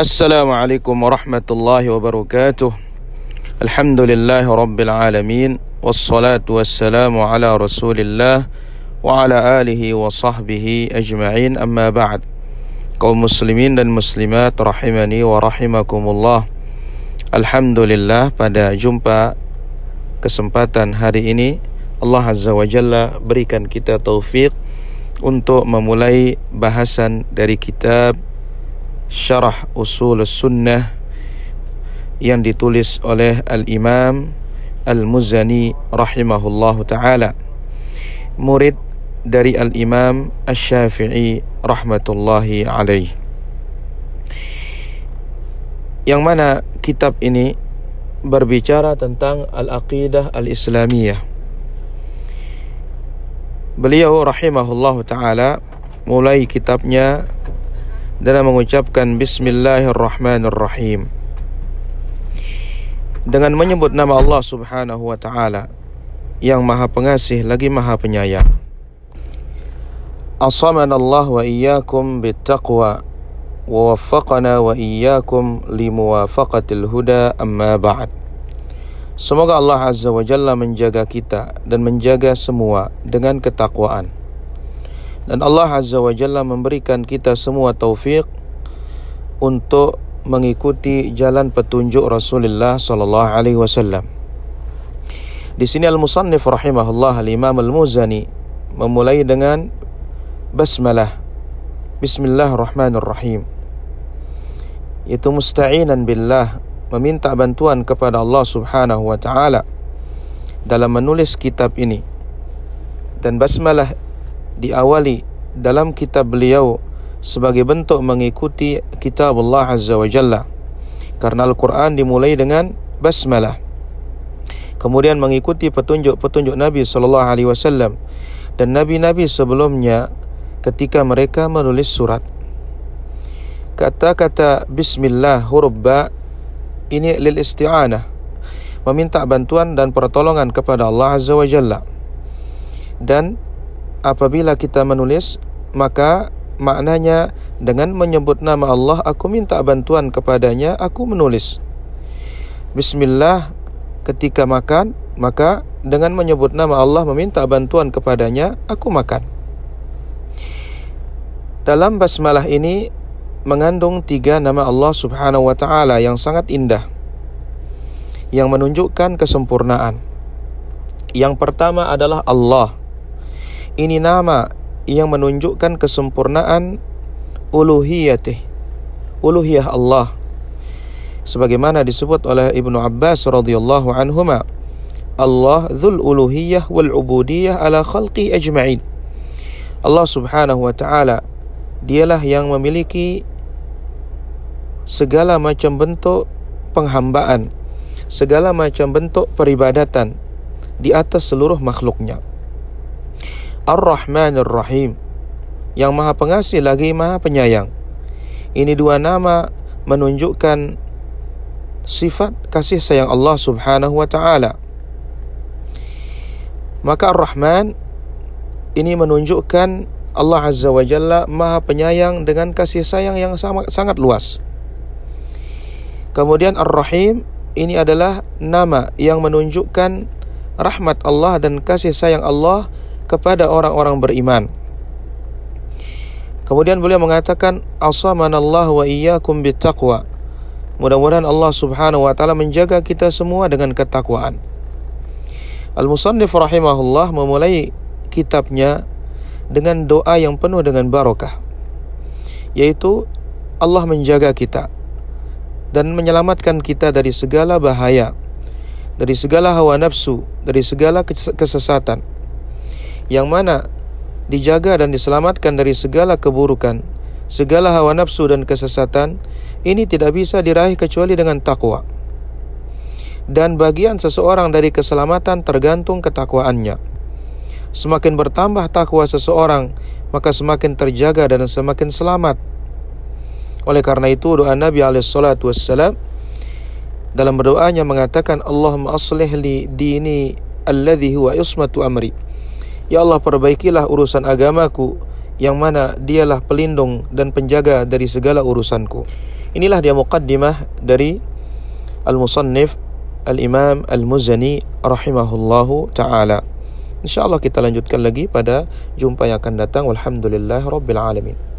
Assalamualaikum warahmatullahi wabarakatuh. Alhamdulillahi rabbil alamin. Wassalatu wassalamu ala rasulillah wa ala alihi wa sahbihi ajma'in, amma ba'd. Kaum muslimin dan muslimat rahimani wa rahimakumullah. Alhamdulillah, pada jumpa kesempatan hari ini Allah Azza wa Jalla berikan kita taufik untuk memulai bahasan dari kitab Syarah Usul Sunnah yang ditulis oleh Al-Imam Al-Muzani rahimahullahu ta'ala, murid dari Al-Imam Asy-Syafi'i rahmatullahi alaih, yang mana kitab ini berbicara tentang Al-Aqidah Al-Islamiyah. Beliau rahimahullahu ta'ala mulai kitabnya dengan mengucapkan Bismillahirrahmanirrahim, dengan menyebut nama Allah subhanahu wa ta'ala yang maha pengasih lagi maha penyayang. Asamanallah wa iyyakum bittaqwa wa waffaqana wa iyyakum limuwafaqatil huda, amma ba'd. Semoga Allah Azza wa Jalla menjaga kita dan menjaga semua dengan ketakwaan. Dan Allah Azza wa Jalla memberikan kita semua taufik untuk mengikuti jalan petunjuk Rasulullah sallallahu alaihi wasallam. Di sini al-musannif rahimahullah al-Imam al-Muzani memulai dengan basmalah, Bismillahirrahmanirrahim, itu musta'inan billah, meminta bantuan kepada Allah subhanahu wa ta'ala dalam menulis kitab ini. Dan basmalah diawali dalam kitab beliau sebagai bentuk mengikuti kitab Allah Azza wa Jalla, karena Al-Quran dimulai dengan basmalah. Kemudian mengikuti petunjuk-petunjuk Nabi sallallahu alaihi wasallam dan nabi-nabi sebelumnya ketika mereka menulis surat. Kata-kata bismillah huruf ba ini lil isti'anah, meminta bantuan dan pertolongan kepada Allah Azza wa Jalla. Dan apabila kita menulis, maka maknanya dengan menyebut nama Allah, aku minta bantuan kepadanya, aku menulis. Bismillah ketika makan, maka dengan menyebut nama Allah meminta bantuan kepadanya, aku makan. Dalam basmalah ini mengandung 3 nama Allah subhanahu wa ta'ala yang sangat indah, yang menunjukkan kesempurnaan. Yang pertama adalah Allah. Ini nama yang menunjukkan kesempurnaan uluhiyah Allah, sebagaimana disebut oleh Ibnu Abbas radhiyallahu anhuma, Allah dzul uluhiyah wal ubudiyah ala khalqi ajma'in. Allah subhanahu wa ta'ala dialah yang memiliki segala macam bentuk penghambaan, segala macam bentuk peribadatan di atas seluruh makhluknya. Ar-Rahmanir Rahim, yang maha pengasih lagi maha penyayang. Ini 2 nama menunjukkan sifat kasih sayang Allah subhanahu wa ta'ala. Maka Ar-Rahman ini menunjukkan Allah Azza wa Jalla maha penyayang dengan kasih sayang yang sangat luas. Kemudian Ar-Rahim ini adalah nama yang menunjukkan rahmat Allah dan kasih sayang Allah kepada orang-orang beriman. Kemudian beliau mengatakan asamanallah wa iyyakum bittaqwa, mudah-mudahan Allah subhanahu wa ta'ala menjaga kita semua dengan ketakwaan. Al-Musannif rahimahullah memulai kitabnya dengan doa yang penuh dengan barakah, yaitu Allah menjaga kita dan menyelamatkan kita dari segala bahaya, dari segala hawa nafsu, dari segala kesesatan, yang mana dijaga dan diselamatkan dari segala keburukan, segala hawa nafsu dan kesesatan. Ini tidak bisa diraih kecuali dengan takwa. Dan bagian seseorang dari keselamatan tergantung ketakwaannya. Semakin bertambah takwa seseorang, maka semakin terjaga dan semakin selamat. Oleh karena itu doa Nabi alaihissalatu wassalam dalam berdoanya mengatakan, Allahumma aslih li dini alladhi huwa ismatu amri. Ya Allah, perbaikilah urusan agamaku yang mana dialah pelindung dan penjaga dari segala urusanku. Inilah dia muqaddimah dari al-musannif al-imam al-Muzani rahimahullahu ta'ala. InsyaAllah kita lanjutkan lagi pada jumpa yang akan datang. Walhamdulillah Rabbil Alamin.